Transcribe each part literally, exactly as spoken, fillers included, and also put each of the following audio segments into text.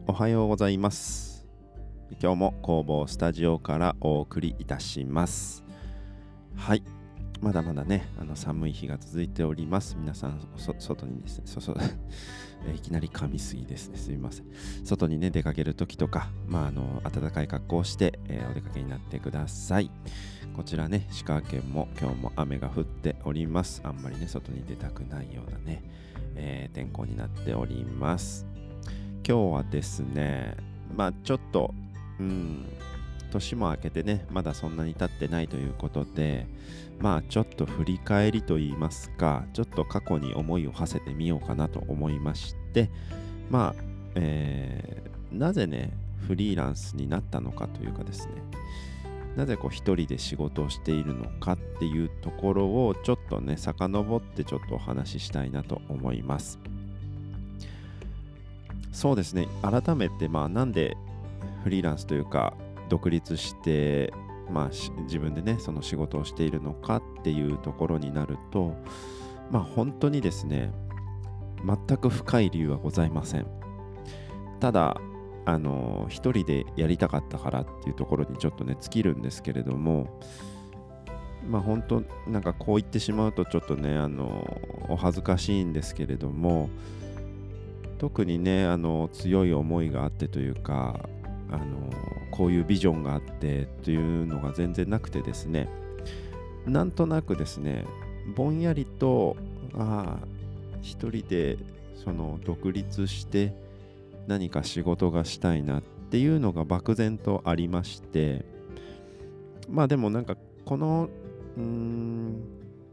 おはようございます。今日も工房スタジオからお送りいたします。はい、まだまだねあの寒い日が続いております。皆さんそ外にですねそそいきなり噛みすぎですね、すみません。外にね出かける時とか、まあ、あの暖かい格好をして、えー、お出かけになってください。こちらね石川県も今日も雨が降っております。あんまりね外に出たくないようなね、えー、天候になっております。今日はですね、まあちょっと、うん、年も明けてね、まだそんなに経ってないということで、まあちょっと振り返りといいますか、ちょっと過去に思いを馳せてみようかなと思いまして、まあ、えーなぜね、フリーランスになったのかというかですね、なぜこう一人で仕事をしているのかっていうところをちょっとね、遡ってちょっとお話ししたいなと思います。そうですね、改めて、まあ、なんでフリーランスというか、独立して、まあ、し自分でね、その仕事をしているのかっていうところになると、まあ、本当にですね、全く深い理由はございません。ただ、あの、一人でやりたかったからっていうところにちょっとね、尽きるんですけれども、まあ、本当、なんかこう言ってしまうと、ちょっとね、あの、お恥ずかしいんですけれども、特にねあの強い思いがあってというかあのこういうビジョンがあってというのが全然なくてですね、なんとなくですねぼんやりとああ一人でその独立して何か仕事がしたいなっていうのが漠然とありまして、まあでもなんかこのうーん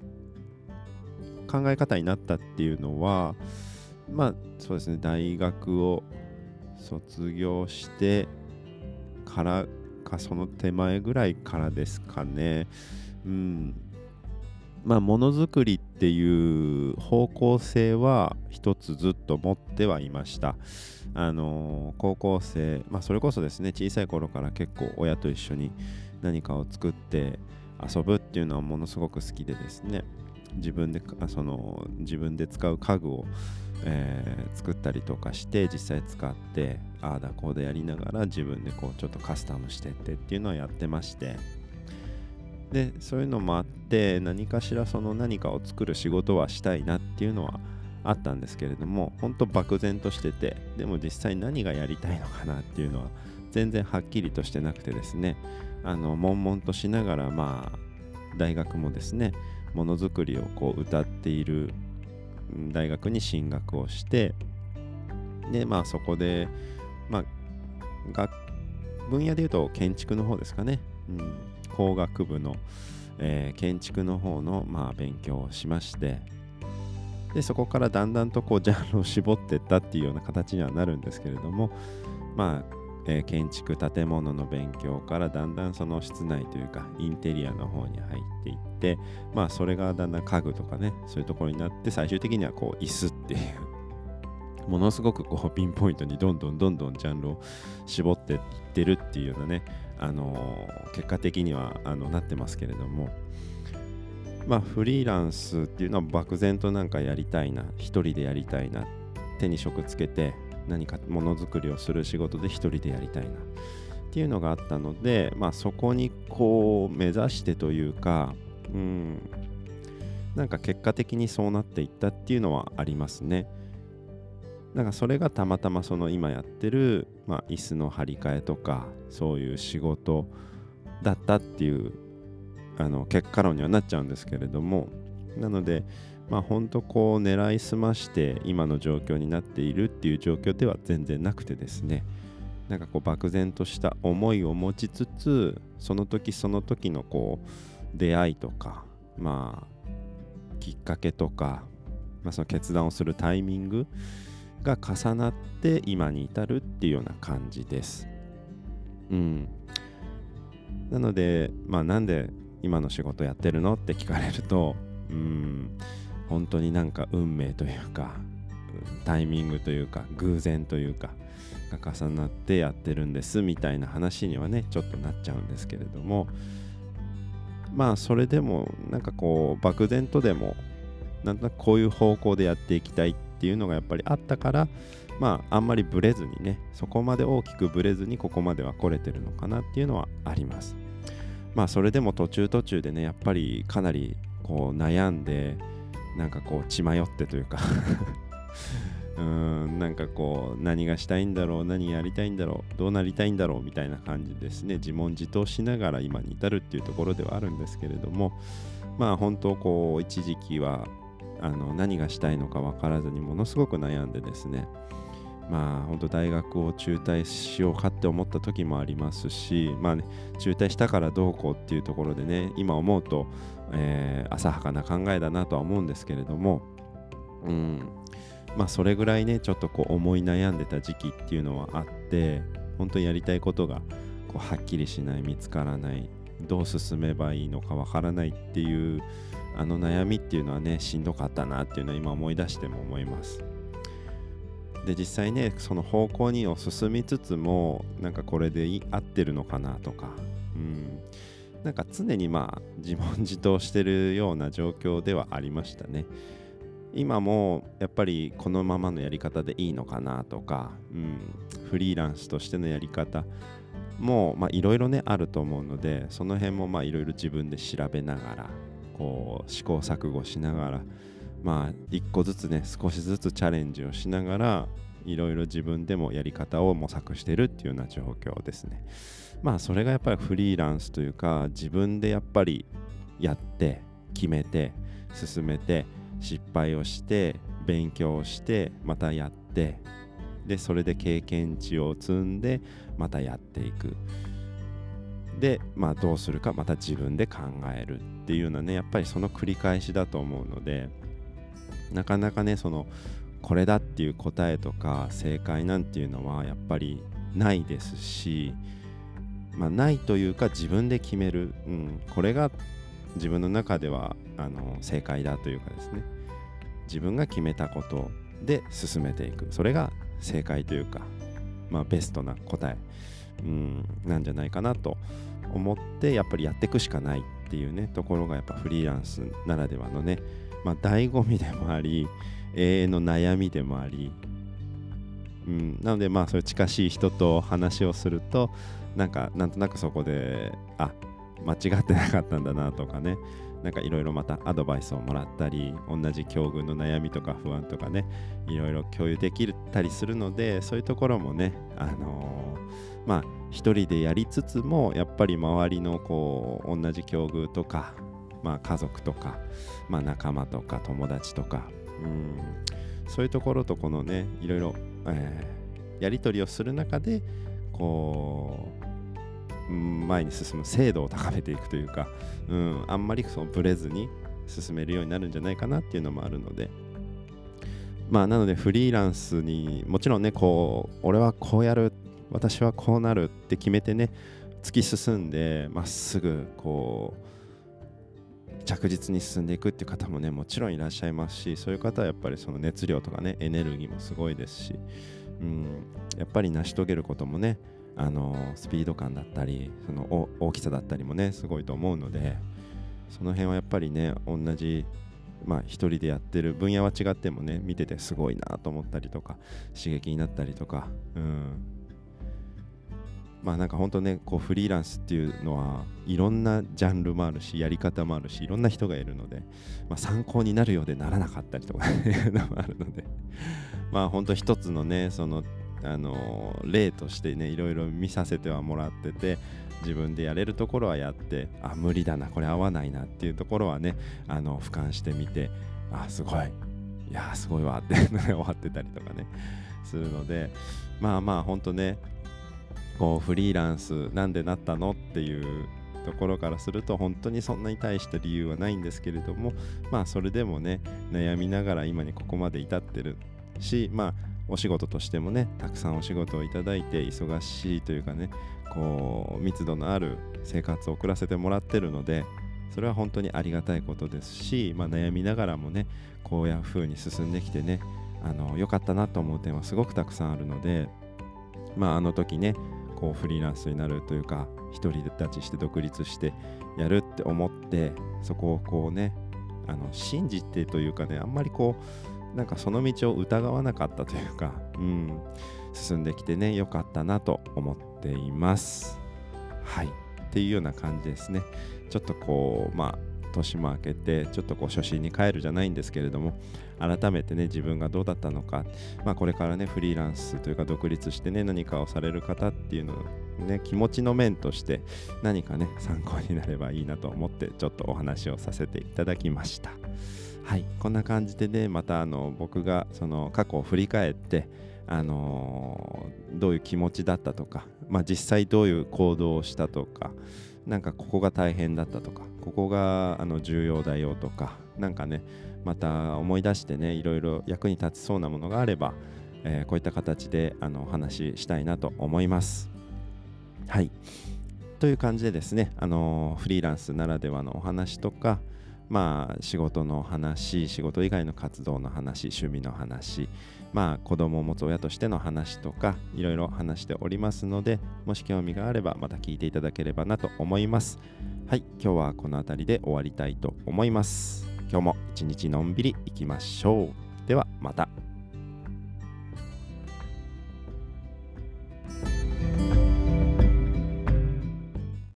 考え方になったっていうのは、まあそうですね、大学を卒業してからかその手前ぐらいからですかね。うん。まあものづくりっていう方向性は一つずっと持ってはいました。あのー高校生、まあそれこそですね、小さい頃から結構親と一緒に何かを作って遊ぶっていうのはものすごく好きでですね、自分であその自分で使う家具を、えー作ったりとかして実際使ってああだこうだやりながら自分でこうちょっとカスタムしてってっていうのはやってまして、でそういうのもあって何かしらその何かを作る仕事はしたいなっていうのはあったんですけれども、本当漠然としてて、でも実際何がやりたいのかなっていうのは全然はっきりとしてなくてですね、あの悶々としながら、まあ大学もですねものづくりをこう歌っているうん大学に進学をして、でまあそこでまあ学分野でいうと建築の方ですかね、うん、工学部の、えー建築の方のまあ勉強をしまして、でそこからだんだんとこうジャンルを絞っていったっていうような形にはなるんですけれども、まあ、えー建築建物の勉強からだんだんその室内というかインテリアの方に入っていって、まあそれがだんだん家具とかねそういうところになって、最終的にはこう椅子っていうものすごくこうピンポイントにどんどんどんどんジャンルを絞っていってるっていうようなね、あのー結果的にはあのなってますけれども、まあフリーランスっていうのは漠然となんかやりたいな、一人でやりたいな、手に職つけて何かものづくりをする仕事で一人でやりたいなっていうのがあったので、まあそこにこう目指してというか、うん、なんか結果的にそうなっていったっていうのはありますね。なんかそれがたまたまその今やってる、まあ、椅子の張り替えとかそういう仕事だったっていうあの結果論にはなっちゃうんですけれども、なのでまあ本当こう狙いすまして今の状況になっているっていう状況では全然なくてですね、なんかこう漠然とした思いを持ちつつ、その時その時のこう出会いとか、まあきっかけとか、まあ、その決断をするタイミングが重なって今に至るっていうような感じです。うん。なので、まあなんで今の仕事やってるのって聞かれると、うん、本当になんか運命というか、タイミングというか、偶然というか、が重なってやってるんですみたいな話にはね、ちょっとなっちゃうんですけれども、まあそれでもなんかこう漠然とでもなんとなくこういう方向でやっていきたいっていうのがやっぱりあったから、 まああんまりブレずにね、そこまで大きくブレずにここまでは来れてるのかなっていうのはあります。まあそれでも途中途中でね、やっぱりかなりこう悩んで、なんかこう血迷ってというかうーんなんかこう何がしたいんだろう、何やりたいんだろう、どうなりたいんだろうみたいな感じですね、自問自答しながら今に至るっていうところではあるんですけれども、まあ本当こう一時期はあの何がしたいのか分からずにものすごく悩んでですね、まあ本当大学を中退しようかって思った時もありますし、まあね、中退したからどうこうっていうところでね、今思うと、えー浅はかな考えだなとは思うんですけれども、うんまあそれぐらいねちょっとこう思い悩んでた時期っていうのはあって、本当にやりたいことがこうはっきりしない、見つからない、どう進めばいいのかわからないっていうあの悩みっていうのはね、しんどかったなっていうのは今思い出しても思います。で実際ね、その方向にを進みつつも、なんかこれでい合ってるのかなとか、うんなんか常にまあ自問自答してるような状況ではありましたね。今もやっぱりこのままのやり方でいいのかなとか、うん、フリーランスとしてのやり方もまあいろいろねあると思うので、その辺もまあいろいろ自分で調べながら、こう試行錯誤しながら、まあ一個ずつね少しずつチャレンジをしながら、いろいろ自分でもやり方を模索してるっていうような状況ですね。まあそれがやっぱりフリーランスというか、自分でやっぱりやって決めて進めて、失敗をして勉強してまたやって、でそれで経験値を積んでまたやっていく、でまあどうするかまた自分で考えるっていうようなね、やっぱりその繰り返しだと思うので、なかなかねそのこれだっていう答えとか正解なんていうのはやっぱりないですし、まあないというか自分で決める、うん、これが自分の中ではあの正解だというかですね、自分が決めたことで進めていく、それが正解というか、まあベストな答え、うん、なんじゃないかなと思って、やっぱりやっていくしかないっていうねところがやっぱフリーランスならではのね、まあ醍醐味でもあり永遠の悩みでもあり、うん、なのでまあそういう近しい人と話をすると、なんかなんとなくそこであ間違ってなかったんだなとかね、なんかいろいろまたアドバイスをもらったり、同じ境遇の悩みとか不安とかね、いろいろ共有できたりするので、そういうところもね、あのー、まあ一人でやりつつもやっぱり周りのこう同じ境遇とか、まあ家族とか、まあ仲間とか友達とか、うんそういうところとこのねいろいろ、えーやり取りをする中でこう前に進む精度を高めていくというか、うん、あんまりそうブレずに進めるようになるんじゃないかなっていうのもあるので、まあなのでフリーランスにもちろんね、こう俺はこうやる、私はこうなるって決めてね突き進んでまっすぐこう着実に進んでいくっていう方もねもちろんいらっしゃいますし、そういう方はやっぱりその熱量とかねエネルギーもすごいですし、うん、やっぱり成し遂げることもね、あのスピード感だったりその大きさだったりもねすごいと思うので、その辺はやっぱりね同じまあ一人でやってる分野は違ってもね見ててすごいなと思ったりとか刺激になったりとか、うんまあなんか本当ねこうフリーランスっていうのはいろんなジャンルもあるしやり方もあるしいろんな人がいるので、まあ、参考になるようでならなかったりとかいうのもあるので、まあ本当一つのねそのあの例としてねいろいろ見させてはもらってて、自分でやれるところはやって、あ無理だなこれ合わないなっていうところはねあの俯瞰してみて、あすごいいやすごいわって終わってたりとかねするので、まあまあ本当ねこうフリーランスなんでなったのっていうところからすると本当にそんなに大した理由はないんですけれども、まあそれでもね悩みながら今にここまで至ってるし、まあお仕事としてもねたくさんお仕事をいただいて忙しいというかねこう密度のある生活を送らせてもらってるので、それは本当にありがたいことですし、まあ、悩みながらもねこういう風に進んできてねあの良かったなと思う点はすごくたくさんあるので、まああの時ねこうフリーランスになるというか独り立ちして独立してやるって思って、そこをこうねあの信じてというかね、あんまりこうなんかその道を疑わなかったというか、うん、進んできてね、良かったなと思っています。はい。っていうような感じですね。ちょっとこう、まあ、年も明けて、ちょっとこう初心に帰るじゃないんですけれども、改めてね、自分がどうだったのか、まあ、これからね、フリーランスというか独立してね、何かをされる方っていうのをね、気持ちの面として何かね、参考になればいいなと思って、ちょっとお話をさせていただきました。はい、こんな感じでね、またあの僕がその過去を振り返って、あのーどういう気持ちだったとか、まあ、実際どういう行動をしたとか、なんかここが大変だったとか、ここがあの重要だよとか、なんかね、また思い出してね、いろいろ役に立ちそうなものがあれば、えーこういった形であのお話ししたいなと思います。はい。という感じでですね、あのーフリーランスならではのお話とか、まあ仕事の話、仕事以外の活動の話、趣味の話、まあ子供を持つ親としての話とか、いろいろ話しておりますので、もし興味があればまた聞いていただければなと思います。はい、今日はこの辺りで終わりたいと思います。今日も一日のんびりいきましょう。ではまた。